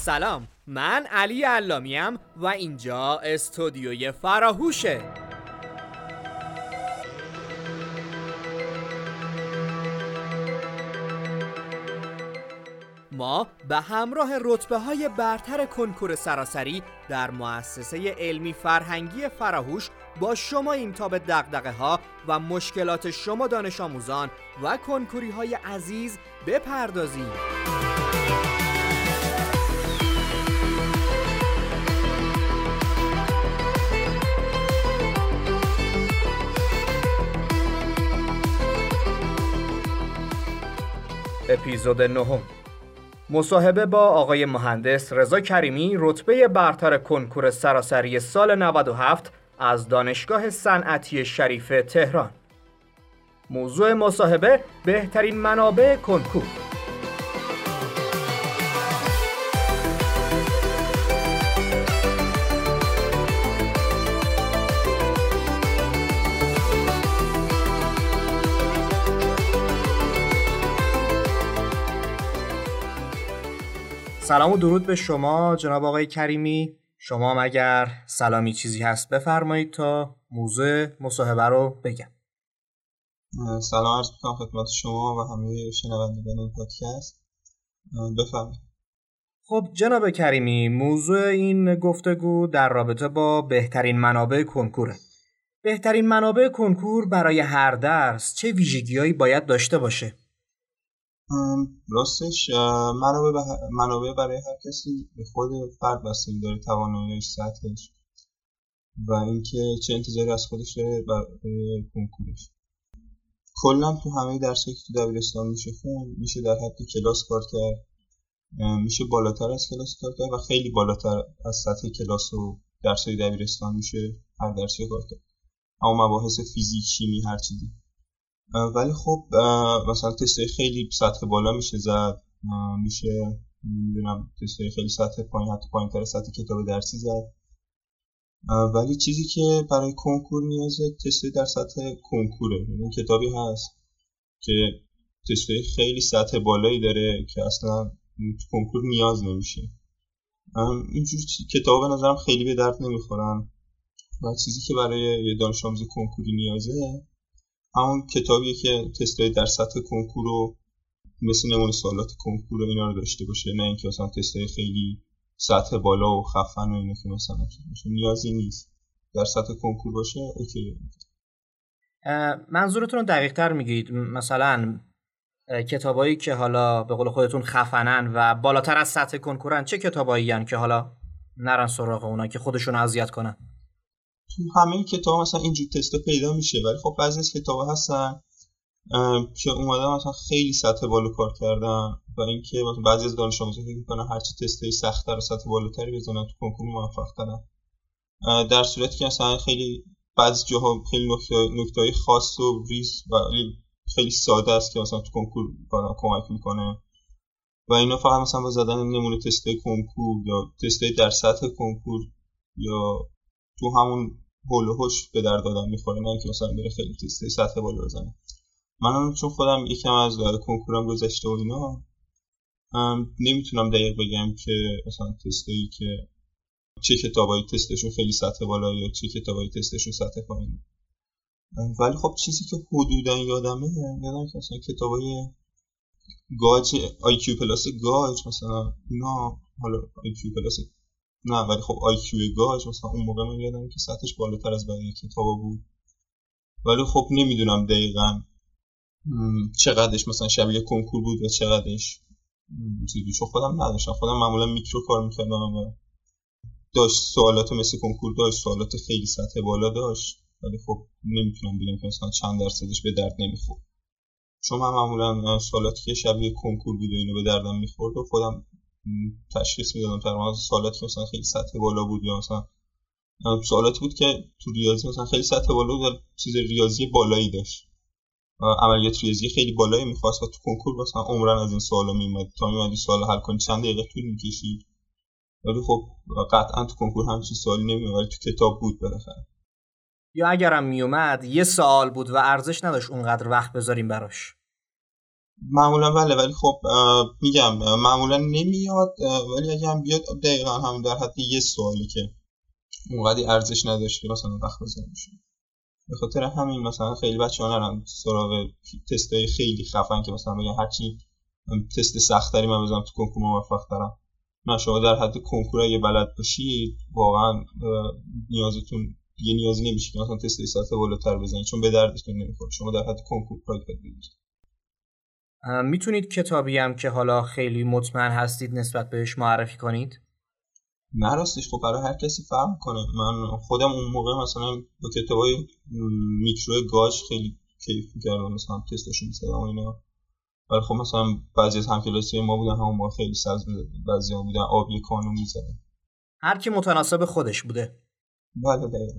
سلام، من علی علامیم و اینجا استودیوی فراهوشه. ما به همراه رتبه‌های برتر کنکور سراسری در مؤسسه علمی فرهنگی فراهوش با شما این تا به دغدغه‌ها و مشکلات شما دانش آموزان و کنکوری‌های عزیز بپردازیم. اپیزود 9، مصاحبه با آقای مهندس رضا کریمی، رتبه برتر کنکور سراسری سال 97 از دانشگاه صنعتی شریف تهران. موضوع مصاحبه: بهترین منابع کنکور. سلام و درود به شما جناب آقای کریمی. شما هم اگر سلامی چیزی هست بفرمایید تا موضوع مصاحبه رو بگم. سلام عرض می‌کنم خدمت شما و همه شنوندگان این پادکست. بفرمایید. خب جناب کریمی، موضوع این گفتگو در رابطه با بهترین منابع کنکوره. بهترین منابع کنکور برای هر درس چه ویژگی‌هایی باید داشته باشه؟ راستش منابع برای هر کسی به خود فرد بستگی داره، تواناییش، سطحش و اینکه چه انتظاری از خودش داره برای کنکورش. کلا تو همه درسایی که تو دبیرستان میشه خوند، میشه در حد کلاس کار کرد، میشه بالاتر از کلاس کار کرد و خیلی بالاتر از سطح کلاس و درسای دبیرستان میشه هر درسی کار کرد، اما مباحث فیزیک، شیمی، هر چیزی. ولی خب مثلا تستای خیلی سطح بالا میشه زد، میشه نمیدونم تستای خیلی سطح پایین، حتی پایین‌تر سطح کتاب درسی زد. ولی چیزی که برای کنکور نیازه تستای در سطح کنکوره. این کتابی هست که تستای خیلی سطح بالایی داره که اصلا تو کنکور نیاز نمیشه. اینجور کتاب به نظرم خیلی به درد نمیخورن و چیزی که برای یه دانش آموز کنکوری نیازه همون کتابیه که تستای در سطح کنکور رو مثل نمونه سوالات کنکور و اینا رو داشته باشه، نه اینکه مثلا تستای خیلی سطح بالا و خفن و اینا که مثلا نیازی نیست. در سطح کنکور باشه اوکی. منظورتون رو دقیق تر میگید؟ مثلا کتابایی که حالا به قول خودتون خفنن و بالاتر از سطح کنکورن، چه کتابایی هن که حالا نرن سراغ اونا که خودشون اذیت کنن؟ تو همه کتاب مثلا اینجور تستا پیدا میشه، ولی خب بعضی از کتابا هستن که اومدن مثلا خیلی سطح بالا کار کردن و اینکه مثلا بعضی از دانش آموزا فکر میکنن هرچی تستای سخت‌تر و سطح بالاتری بزنن تو کنکور موفق‌ترن، در صورتی که مثلا خیلی بعضی جاها خیلی نکته‌های خاص و ریز و خیلی ساده است که مثلا تو کنکور کمک میکنه و اینا فقط مثلا با زدن نمونه تستای کنکور یا تستای در سطح کنکور یا تو همون هول و هوش به درد آدم میخوره، نه اینکه مثلا بره خیلی تستای سطح بالا بزنه. من چون خودم یکم از کنکورم گذشته و اینا نمیتونم دقیق بگم که مثلا تستایی که چه کتابایی تستشون خیلی سطح بالا یا چه کتابایی تستشون سطح پایینه. ولی خب چیزی که حدوداً یادم که مثلا کتابای گاج IQ پلاس گاج مثلا اینا، حالا IQ پلاس نه ولی خب IQ گاج مثلا اون موقع من یادم که سطحش بالاتر از بقیه کتابا بود، ولی خب نمیدونم دقیقاً چقدرش مثلا شبیه کنکور بود و چقدرش چیزی، چون خودم نداشتم. خودم معمولا میکرو کار میکردم و داشت سوالات مثل کنکور داشت، سوالات خیلی سطح بالا داشت، ولی خب نمیتونم بگم که مثلا چند درصدش به درد نمیخورد، چون من معمولا سوالاتی که شبیه کنکور بود و اینو به دردم میخورد و خودم تشخیص میدادم. تقریبا سوالاتی که مثلا خیلی سطح بالا بود یا مثلا سوالاتی بود که تو ریاضی مثلا خیلی سطح بالا بود و چیز ریاضی بالایی داشت، عملیات ریاضی خیلی بالایی میخواست و تو کنکور مثلا عمرن از این سوالا میومد، تا میومدی سوال حل کنی چند دقیقه طول میکشید، ولی خب قطعا تو کنکور همچین سوالی نمیومد، ولی تو کتاب بود بالاخره. یا اگرم میومد یه سوال بود و ارزش نداشت اونقدر وقت بذاریم براش. معمولا بله، ولی خب میگم معمولا نمیاد، ولی اگه هم بیاد دقیقا همون در حد یه سوالی که اونقدی ارزش نداشت که مثلا وقت بزنیم میشه. به خاطر همین مثلا خیلی بچه‌ها نرن سراغ تستای خیلی خفن که مثلا بگن هرچی تست سخت‌تری من بزنم تو کنکور موفق‌ترم. نه، شما در حد کنکور اگه بلد باشید واقعا نیازتون دیگه نیازی نمیشه که مثلا تست سطح بالاتر بزنید، چون به دردتون نمیخوره. شما در حد کنکور پراید بگیرید. میتونید کتابی هم که حالا خیلی مطمئن هستید نسبت بهش معرفی کنید؟ نه راستش خب برای هر کسی فرق میکنه. من خودم اون موقع مثلا با کتابای میکرو گاش خیلی کیف میکردم، مثلا تستاشو می‌زدم و اینا. ولی خب مثلا بعضی از همکلاسی ما بودن همون موقع خیلی ساز می‌زدن، بعضی‌ها بودن آبی کانو می‌زدن. هر کی متناسب خودش بوده. بله دقیقاً.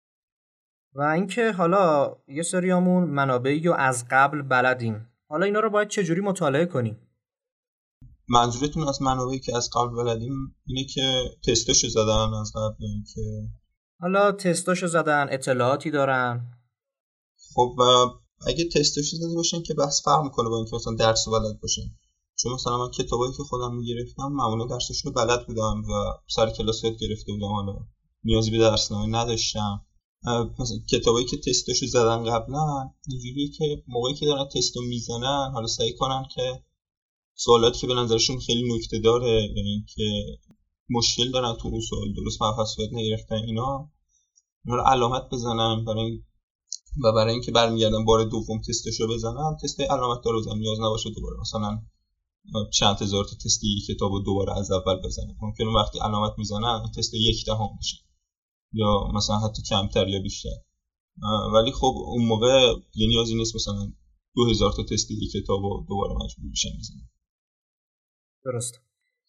و اینکه حالا یه سریامون منابعی رو از قبل بلدیم، حالا اینا رو باید چجوری مطالعه کنیم؟ منظورتون از منابعی که از قبل بلدیم اینه که تستاشو زدن از قبل؟ اینکه حالا تستاشو زدن، اطلاعاتی دارن. خب اگه تستاشو زده باشن که بحث فرق میکنه با اینکه مثلا درس بلد باشن. چون مثلا من کتابایی که خودم میگرفتم معمولا درساشو بلد بودم و سر کلاس یاد گرفته بودم، حالا نیازی به درسنامه نداشتم. مثلا کتابایی که تستاشو زدن قبلا اینجوریه که موقعی که دارن تستو میزنن حالا سعی کنن که سوالاتی که به نظرشون خیلی نکته داره، یعنی که مشکل دارن تو اون سوال درست مبحث یاد نگرفتن، اینا رو علامت بزنن برای اینکه برمیگردن بار دوم تستشو بزنن تست علامت دار بزنن، نیاز نباشه دوباره مثلا چند هزار تا تست یک کتابو دوباره از اول بزنن. ممکنه وقتی علامت میزنن تست 1/10 بشه یا مثلا حتی کمتر یا بیشتر. ولی خب اون موقع یه نیازی نیست مثلا 2000 تا تست یک کتابو دوباره مجبور بشن بزنن. درست.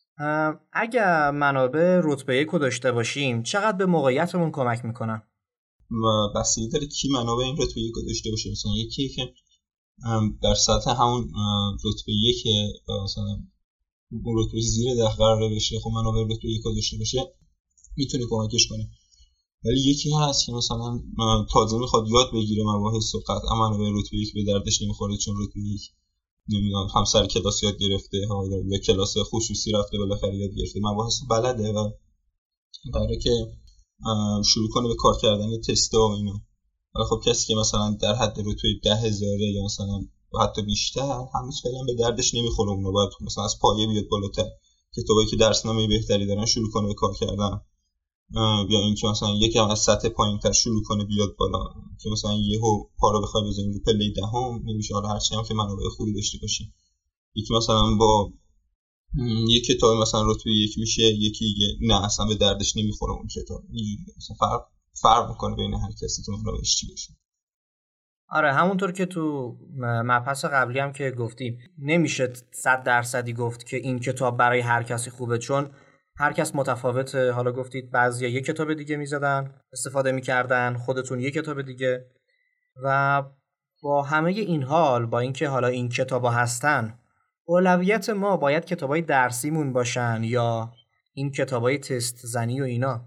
اگر منابع رتبه 1 رو داشته باشیم چقدر به موقعیتمون کمک میکنن؟ و بستگی داره کی منابع این رتبه 1 رو داشته باشه. مثلا یکی که در سطح همون رتبه 1 مثلا اون رتبه زیر 10 قراره بشه، خب منابع رتبه 1 رو داشته باشه میتونه کمکش کنه. ولی یکی هست که مثلا تازه میخواد یاد بگیره مباحث و قطعا منابع رتبه 1 به دردش نمیخوره، چون رتبه 1 نمیدونم هم سر کلاس یاد گرفته یا کلاس خصوصی رفته بالاخره یاد گرفته مباحث بلده و قراره که شروع کنه به کار کردن تست و اینا. ولی خب کسی که مثلا در حد رتبه 10,000 یا مثلا حتی بیشتر هنوز فعلا به دردش نمیخوره، اونو باید مثلا از پایه بیاد بالاتر، کتابایی که درسنامه بهتری دارن شروع کنه به کار کردن، یا اینکه مثلا یکم از سطح پایین‌تر شروع کنه بیاد بالا، که مثلا یهو پا رو بخوای بزنی رو پله دهم نمیشه. حالا هرچی هم که منابع خوبی داشته باشی، یکی مثلا با یک کتاب مثلا رتبه 1 میشه، یکی نه اصلا به دردش نمیخوره اون کتاب. اینجوری مثلا فرق میکنه بین هر کسی که منابعش چی باشه. آره همونطور که تو مبحث قبلی هم که گفتیم نمیشه 100% گفت که این کتاب برای هر کسی خوبه، چون هر کس متفاوته. حالا گفتید بعضیا یک کتاب دیگه میزدن استفاده میکردن، خودتون یک کتاب دیگه. و با همه این حال، با اینکه حالا این کتابا هستن، اولویت ما باید کتابای درسیمون باشن یا این کتابای تست زنی و اینا؟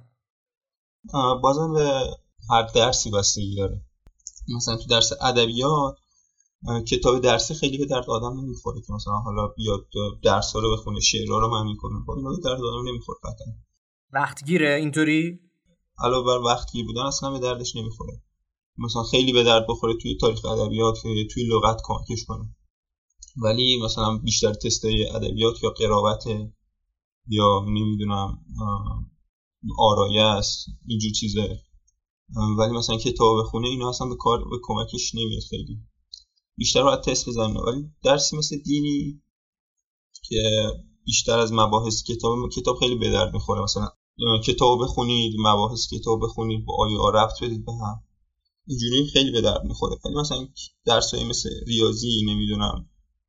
بازم به هر درسی بستگی داره. مثلا تو درس ادبیات کتاب درسی خیلی به درد آدم نمیخوره که مثلا حالا بیاد درس‌ها رو بخونه، شعرها رو معنی کنه، خب اینا به درد آدم نمیخوره قطعا. وقتگیره اینطوری؟ علاوه بر وقتگیر بودن اصلا به دردش نمیخوره. مثلا خیلی به درد بخوره توی تاریخ ادبیات یا توی لغت کمکش کنه، ولی مثلا بیشتر تستای ادبیات یا قرائت یا نمیدونم آرایه است اینجور چیزه. ولی مثلا کتاب بخونه اینا اصلا به کار به کمکش نمیاد، خیلی بیشتر باید تست بزنه. ولی درسی مثل دینی که بیشتر از مباحث کتاب خیلی به درد میخوره. مثلا کتاب بخونید، مباحث کتاب بخونید، با آیه ها ربط بدید به هم، اینجوری خیلی به درد میخوره. ولی مثلا درسایی مثل ریاضی نمیدونم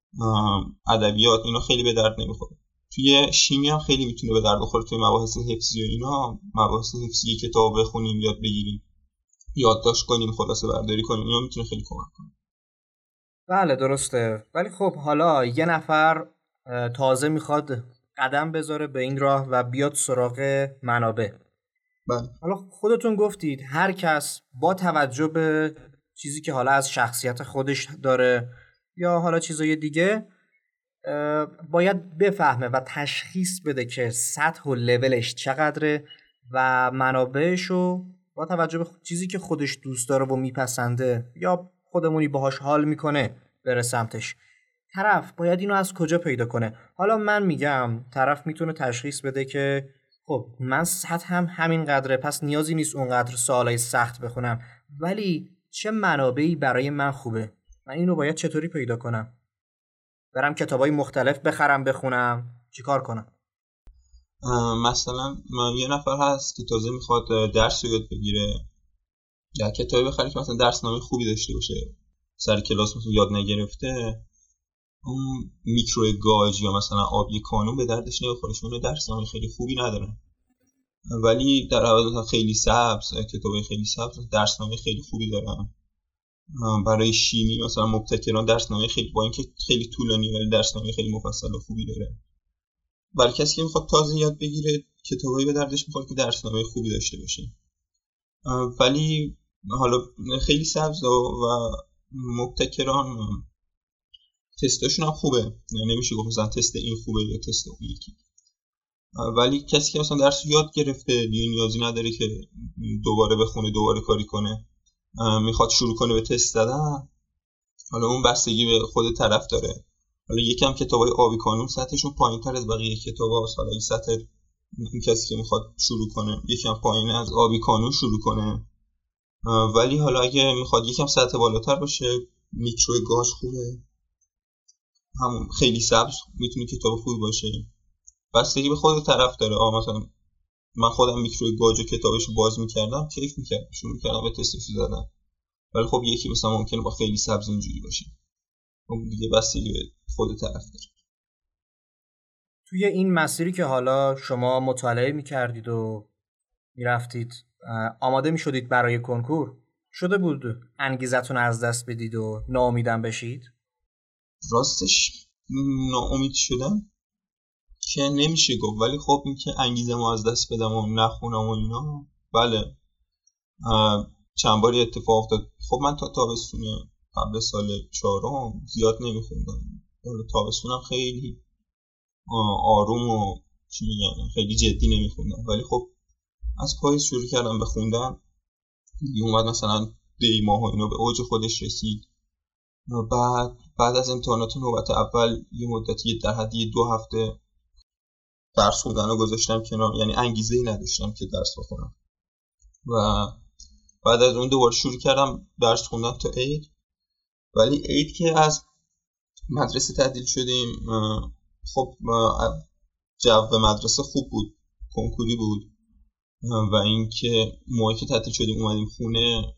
ادبیات اینا خیلی به درد نمیخوره. توی شیمی هم خیلی میتونه به درد بخوره. توی مباحث حفظی و اینا، مباحث حفظی کتاب بخونیم، یاد بگیریم، یادداشت کنیم، خلاصه برداری کنیم، اینا میتونه خیلی کمک کنه. بله درسته. ولی خب حالا یه نفر تازه میخواد قدم بذاره به این راه و بیاد سراغ منابع. بله. حالا خودتون گفتید هر کس با توجه به چیزی که حالا از شخصیت خودش داره یا حالا چیزای دیگه، باید بفهمه و تشخیص بده که سطح و لولش چقدره و منابعشو با توجه به چیزی که خودش دوست داره و میپسنده یا خودمونی باهاش حال میکنه بره سمتش. طرف باید اینو از کجا پیدا کنه؟ حالا من میگم طرف میتونه تشخیص بده که خب من سطحم همین قدره، پس نیازی نیست اونقدر سوالای سخت بخونم، ولی چه منابعی برای من خوبه؟ من اینو باید چطوری پیدا کنم؟ برم کتابای مختلف بخرم بخونم؟ چیکار کنم؟ مثلا یه نفر هست که تازه میخواد درس رو یاد بگیره، یا کتابی بخره که مثلا درسنامه خوبی داشته باشه، سر کلاس مثلا یاد نگرفته، اون میکرو گاج یا مثلا آبی کانون به دردش نمیخوره چون درسنامه خیلی خوبی ندارن. ولی در عوض مثلا خیلی سبز، کتابای خیلی سبز درسنامه خیلی خوبی دارن. برای شیمی مثلا مبتکران درسنامه خیلی، با اینکه خیلی طولانی ولی درسنامه خیلی مفصل و خوبی داره. برای کسی که میخواد تازه یاد بگیره کتابایی به دردش میخوره که درسنامه خوبی داشته باشه. ولی حالا خیلی سبز و مبتکران تستاشون هم خوبه، نمیشه گفت مثلا تست این خوبه یا تست اون یکی. ولی کسی که مثلا درس یاد گرفته دیگه نیازی نداره که دوباره بخونه دوباره کاری کنه، میخواد شروع کنه به تست دادن، حالا اون بستگی به خود طرف داره. حالا یکم کتابای آبی کانون سطحشون پایین‌تر از بقیه کتابا، مثلا این سطح این کسی که میخواد شروع کنه یکم پایین از آبی کانون شروع کنه. ولی حالا اگه میخواد یکم سطح بالاتر باشه میکرو گاز خوبه، همون خیلی سبز میتونه کتاب خوبی باشه. بستگی به خود طرف داره. مثلا من خودم میکرو گاج و کتابشو باز میکردم، کیف میکردم، شروع میکردم به تستش زدن. ولی خب یکی مثلا ممکنه با خیلی سبز اینجوری باشه، خب دیگه بستگی به خود طرف داره. توی این مسیری که حالا شما مطالعه میکردید و میرفتید آماده میشدید برای کنکور، شده بود انگیزتون از دست بدید و ناامیدم بشید؟ راستش ناامید شدم که نمیشه گفت، ولی خب این که انگیزه ما از دست بدم و نخونم و اینا، بله چند باری اتفاق افتاد. خب من تا تابستون قبل سال 4 زیاد نمیخوندم، تابستونم خیلی آروم و چی میگن خیلی جدی نمیخوندم، ولی خب از پاییز شروع کردم به خوندن دیگه. اومد مثلا دی ماه و اینو به اوج خودش رسید. بعد از امتحانات نوبت اول یه مدتی در حد 2 هفته درس خوندن رو گذاشتم کنار، یعنی انگیزه‌ای نداشتم که درس بخونم. و بعد از اون دوباره شروع کردم درس خوندن تا عید. ولی عید که از مدرسه تعطیل شدیم، خب جو مدرسه خوب بود، کنکوری بود. و اینکه موقعی که تعطیل شدیم اومدیم خونه،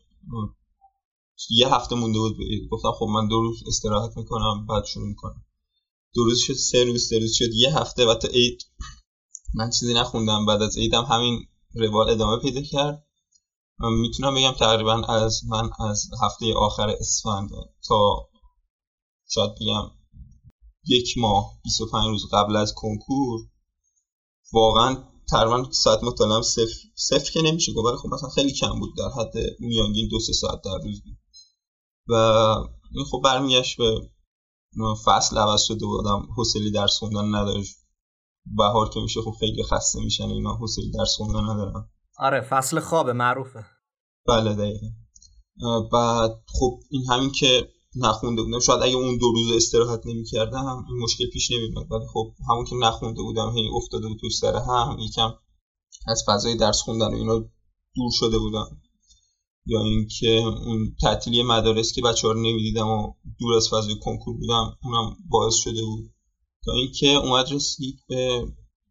یه هفته مونده بود به عید. گفتم خب من 2 روز استراحت میکنم بعد شروع میکنم. 2 روز شد، 3 روز شد، یه هفته و تا عید من چیزی نخوندم. بعد از عیدم همین روال ادامه پیدا کرد. میتونم بگم تقریبا از هفته آخر اسفند تا شاید بگم 1 ماه 25 روز قبل از کنکور واقعا تقریبا ساعت مطالعه‌ام صفر که نمیشه گفت، ولی خب مثلا خیلی کم بود، در حد میانگین 2-3 ساعت در روز بود. و این خب برمیگشت به فصل عوض شده بودم، حوصله درس خوندن نداشت. بهار که میشه خب خیلی خسته میشن اینا، حوصله درس خوندن ندارم. آره فصل خواب معروفه. بله دقیقا. بعد خب این همین که نخونده بودم، شاید اگه اون 2 روز استراحت نمی‌کردم این مشکل پیش نمی‌اومد، ولی خب همون که نخونده بودم هی افتاده بود تو سر هم، یکم از فضای درس خوندن و اینا دور شده بودم. یا اینکه اون تعطیلی مدارس که بچه‌ها رو نمی‌دیدم و دور از فضای کنکور بودم، اونم باعث شده بود. تا اینکه اومد رسید به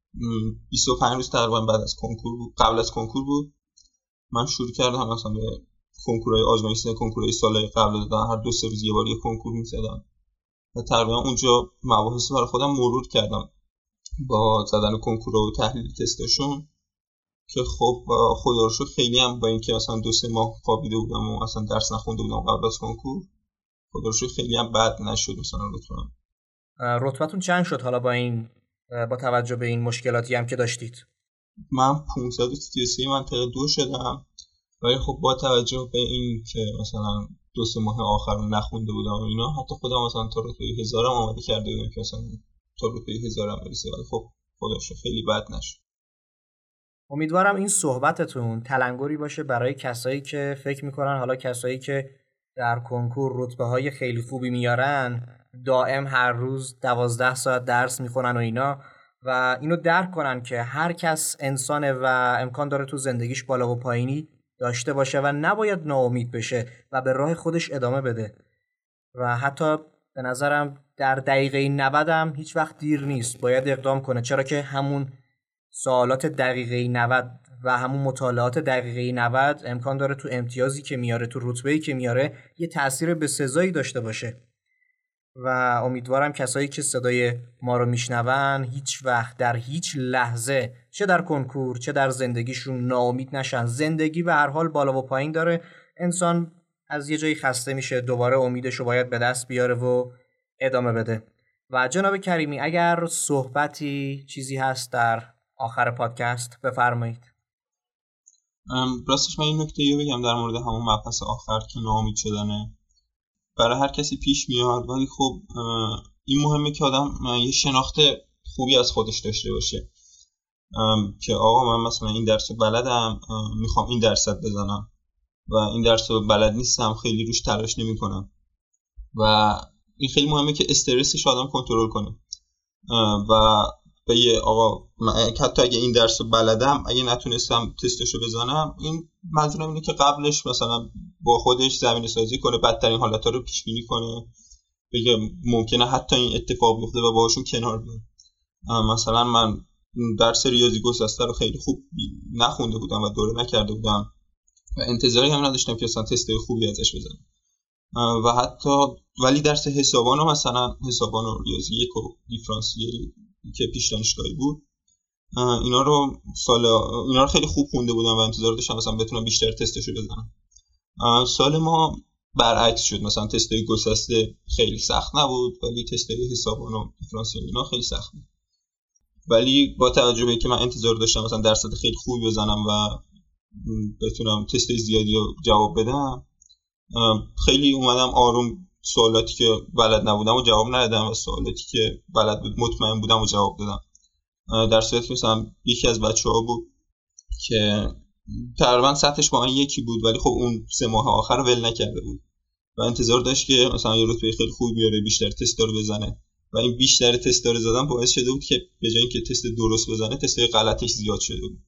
25 روز تقریبا بعد از کنکور بود، قبل از کنکور بود، من شروع کردم مثلا به کنکورهای آزمایشی، کنکورهای سال قبل دادن، هر 2-3 روز یه بار یه کنکور می‌زدم و تقریبا اونجا مباحث برای خودم مرور کردم با زدن کنکور و تحلیل تستاشون، که خب خدا رو شکر خیلی هم با اینکه مثلا 2-3 ماه خوابیده بودم و اصلا درس نخونده بودم قبل از کنکور، خدا رو شکر خیلی هم بد نشد مثلا رتبه‌ام. رتبتون چند شد حالا با توجه به این مشکلاتی هم که داشتید؟ من 533 منطقه 2 شدم، ولی خب با توجه به این که مثلا 2-3 ماه آخر رو نخونده بودم و اینا، حتی خودم مثلا تا رتبه 1000 آماده کرده بودم که مثلا تا رتبه 1000 برسه، ولی خب خودش خیلی بد نشد. امیدوارم این صحبتتون تلنگری باشه برای کسایی که فکر میکنن، حالا کسایی که در کنکور رتبه‌های خیلی خوبی میارن، دائم هر روز 12 ساعت درس میخونن و اینا، و اینو درک کنن که هر کس انسانه و امکان داره تو زندگیش بالا و پایینی داشته باشه و نباید ناامید بشه و به راه خودش ادامه بده. و حتی به نظرم در دقیقه 90 هم هیچ وقت دیر نیست، باید اقدام کنه، چرا که همون سوالات دقیقه 90 و همون مطالعات دقیقه 90 امکان داره تو امتیازی که میاره، تو رتبه‌ای که میاره، یه تأثیر بسزایی داشته باشه. و امیدوارم کسایی که صدای ما رو میشنون هیچ وقت در هیچ لحظه، چه در کنکور چه در زندگیشون، ناامید نشن. زندگی به هر حال بالا و پایین داره، انسان از یه جایی خسته میشه، دوباره امیدشو باید به دست بیاره و ادامه بده. و جناب کریمی، اگر صحبتی چیزی هست در آخر پادکست بفرمایید. راستش من این نکته رو بگم در مورد همون مبحث آخر که ناامید شدنه، برای هر کسی پیش میاد، ولی خب این مهمه که آدم یه شناخت خوبی از خودش داشته باشه که آقا من مثلا این درس رو بلدم، میخوام این درصد بزنم و این درس رو بلد نیستم، خیلی روش تلاش نمی کنم. و این خیلی مهمه که استرسش آدم کنترل کنه و بگه آقا حتی اگه این درس رو بلدم، اگه نتونستم تستشو بزنم، این منظورم اینه که قبلش مثلا با خودش زمینه سازی کنه، بدترین حالت‌ها رو پیش بینی کنه، بگه ممکنه حتی این اتفاق بیفته و باهاشون کنار بیاد. مثلا من درس ریاضی گسسته رو خیلی خوب نخونده بودم و دوره نکرده بودم و انتظاری هم نداشتم که اصلا تستای خوبی ازش بزنم و حتی ولی درس حسابان رو مثلا حسابان و ریاضی 1 و دیفرانسیل که پیش دانشگاهی بود، اینا رو خیلی خوب خونده بودم و انتظار داشتم مثلا بتونم بیشتر تستشو بزنم. سال ما برعکس شد، مثلا تستای گسسته خیلی سخت نبود ولی تستای حسابان و دیفرانسیل اینا خیلی سخت بود. ولی با توجه به اینکه من انتظار داشتم مثلا درصد خیلی خوبی بزنم و بتونم تستای زیادی رو جواب بدم، خیلی اومدم آروم سوالاتی که بلد نبودم و جواب ندادم و سوالاتی که بلد بود مطمئن بودم و جواب دادم. در صورتی که مثلا یکی از بچه‌ها بود که تقریبا سطحش با من یکی بود ولی خب اون 3 ماه آخر ول نکرده بود و انتظار داشت که مثلا یه رتبه خیلی خوبی بیاره، بیشتر تستا رو بزنه و این بیشتر تستا رو زدن باعث شده بود که به جای اینکه تست درست بزنه تستای غلطش زیاد شده بود.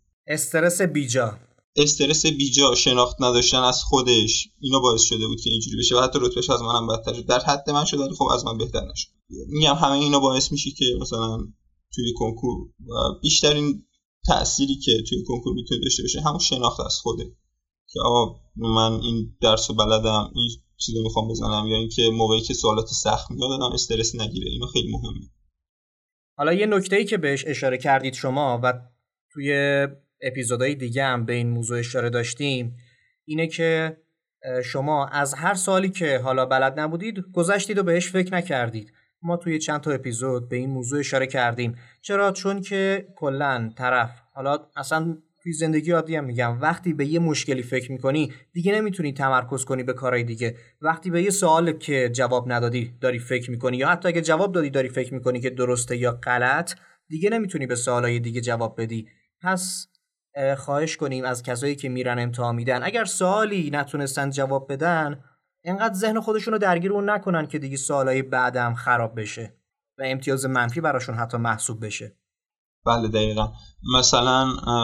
استرس بیجا، شناخت نداشتن از خودش، اینا باعث شده بود که اینجوری بشه و حتی رتبهش از منم بدتر شد. در حد من شد ولی خب از من بهتر نشد. میگم همه اینا باعث میشه که مثلا توی کنکور و بیشترین تأثیری که توی کنکور میتونه داشته باشه همون شناخت از خوده که آقا من این درس رو بلدم، این چیزو میخوام بزنم، یا اینکه موقعی که سوالات سخت میاد آدم استرس نگیره. اینا خیلی مهمه. حالا یه نکته‌ای که بهش اشاره کردید شما و توی اپیزودهای دیگه هم به این موضوع اشاره داشتیم، اینه که شما از هر سوالی که حالا بلد نبودید گذشتید و بهش فکر نکردید. ما توی چند تا اپیزود به این موضوع اشاره کردیم. چرا؟ چون که کلاً طرف، حالا اصلا توی زندگی عادی هم میگم، وقتی به یه مشکلی فکر میکنی دیگه نمیتونی تمرکز کنی به کارهای دیگه. وقتی به یه سوال که جواب ندادی داری فکر میکنی، یا حتی اگه جواب دادی داری فکر میکنی که درسته یا غلط، دیگه نمیتونی به سوالای دیگه جواب بدی. پس خواهش کنیم از کسایی که میرن امتحان میدن، اگر سوالی نتونستن جواب بدن، اینقدر ذهن خودشون رو درگیر اون نکنن که دیگه سوالای بعدم خراب بشه و امتیاز منفی براشون حتی محسوب بشه. بله دقیقاً. مثلا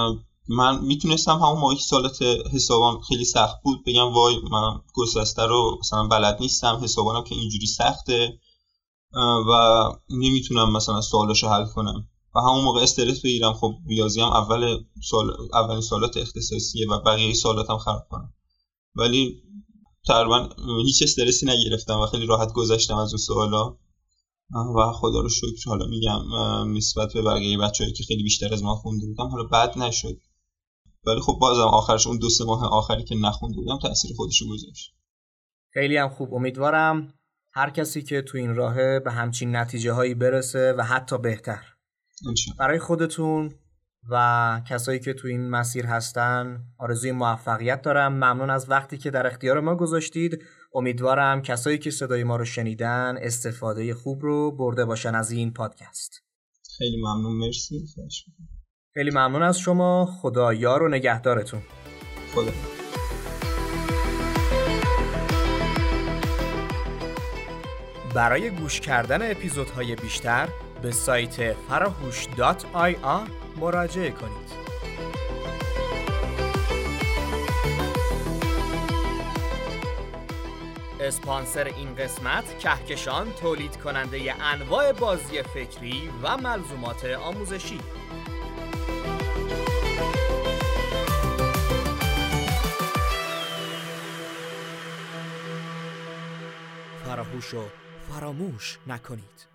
من میتونستم همون موقعی که سوالات حسابان خیلی سخت بود بگم وای من گسسته رو مثلا بلد نیستم، حسابانم که اینجوری سخته و نمیتونم مثلا سوالاشو حل کنم و همون موقع استرس بگیرم، خب ریاضی هم اولین سوالات اختصاصیه و بقیه سوالاتم خراب کنم. ولی تقریبا هیچ استرسی نگرفتم و خیلی راحت گذشتم از اون سوالا و خدا رو شکر حالا میگم نسبت به بقیه بچه‌ای که خیلی بیشتر از من خونده بودم حالا بد نشد. ولی خب بازم آخرش اون 2-3 ماه آخری که نخونده بودم تأثیر خودش رو گذاشت. خیلی هم خوب. امیدوارم هر کسی که تو این راهه به همچین نتیجه هایی برسه و حتی بهتر. برای خودتون و کسایی که تو این مسیر هستن آرزوی موفقیت دارم. ممنون از وقتی که در اختیار ما گذاشتید. امیدوارم کسایی که صدای ما رو شنیدن استفاده خوب رو برده باشن از این پادکست. خیلی ممنون، مرسی. خیلی ممنون از شما. خدا یار و نگهدارتون. خدا. برای گوش کردن اپیزودهای بیشتر به سایت farahush.ir مراجعه کنید. اسپانسر این قسمت کهکشان، تولید کننده انواع بازی فکری و ملزومات آموزشی. فراهوشو فراموش نکنید.